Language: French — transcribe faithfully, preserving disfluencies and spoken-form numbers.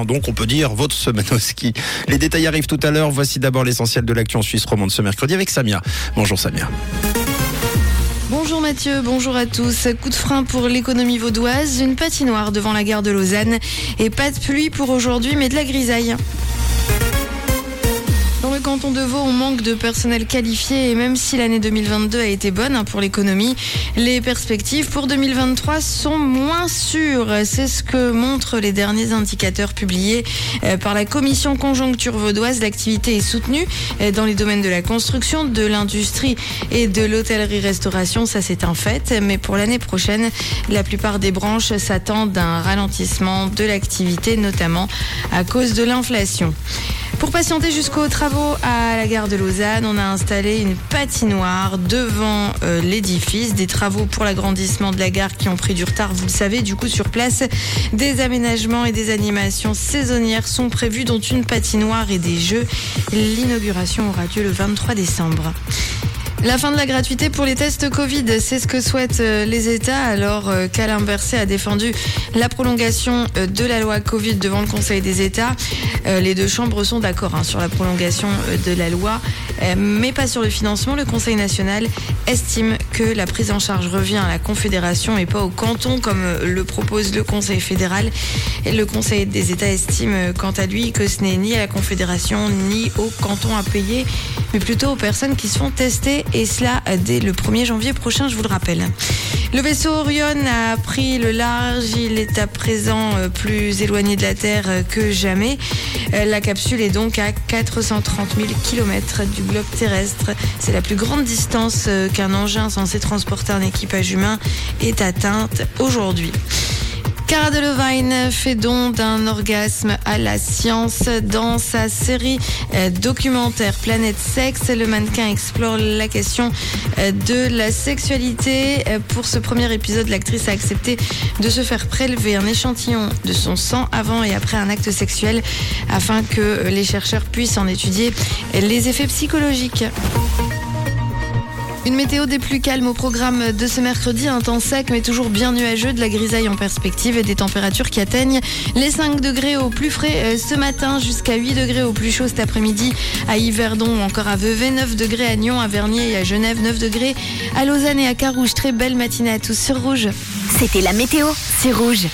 donc on peut dire votre semaine au ski. Les détails arrivent tout à l'heure. Voici d'abord l'essentiel de l'actu en Suisse romande ce mercredi avec Samia. Bonjour Samia. Bonjour Mathieu, bonjour à tous. Coup de frein pour l'économie vaudoise, une patinoire devant la gare de Lausanne et pas de pluie pour aujourd'hui mais de la grisaille. Dans le canton de Vaud, on manque de personnel qualifié et même si l'année deux mille vingt-deux a été bonne pour l'économie, les perspectives pour deux mille vingt-trois sont moins sûres. C'est ce que montrent les derniers indicateurs publiés par la commission conjoncture vaudoise. L'activité est soutenue dans les domaines de la construction, de l'industrie et de l'hôtellerie-restauration. Ça, c'est un fait. Mais pour l'année prochaine, la plupart des branches s'attendent à un ralentissement de l'activité, notamment à cause de l'inflation. Pour patienter jusqu'aux travaux à la gare de Lausanne, on a installé une patinoire devant euh, l'édifice. Des travaux pour l'agrandissement de la gare qui ont pris du retard, vous le savez. Du coup, sur place, des aménagements et des animations saisonnières sont prévus, dont une patinoire et des jeux. L'inauguration aura lieu le vingt-trois décembre. La fin de la gratuité pour les tests Covid, c'est ce que souhaitent les États, alors qu'Alain Berset a défendu la prolongation de la loi Covid devant le Conseil des États. Les deux chambres sont d'accord hein, sur la prolongation de la loi, mais pas sur le financement. Le Conseil national estime que la prise en charge revient à la Confédération et pas au canton, comme le propose le Conseil fédéral. Et le Conseil des États estime, quant à lui, que ce n'est ni à la Confédération ni au canton à payer, mais plutôt aux personnes qui se font tester. Et cela dès le premier janvier prochain, je vous le rappelle. Le vaisseau Orion a pris le large. Il est à présent plus éloigné de la Terre que jamais. La capsule est donc à quatre cent trente mille kilomètres du globe terrestre. C'est la plus grande distance qu'un engin censé transporter un équipage humain est atteinte aujourd'hui. Cara Delevingne fait don d'un orgasme à la science. Dans sa série documentaire Planète Sexe, le mannequin explore la question de la sexualité. Pour ce premier épisode, l'actrice a accepté de se faire prélever un échantillon de son sang avant et après un acte sexuel afin que les chercheurs puissent en étudier les effets psychologiques. Une météo des plus calmes au programme de ce mercredi, un temps sec mais toujours bien nuageux, de la grisaille en perspective et des températures qui atteignent les cinq degrés au plus frais ce matin jusqu'à huit degrés au plus chaud cet après-midi à Yverdon ou encore à Vevey, neuf degrés à Nyon, à Vernier et à Genève, neuf degrés à Lausanne et à Carouge. Très belle matinée à tous sur Rouge. C'était la météo, c'est Rouge.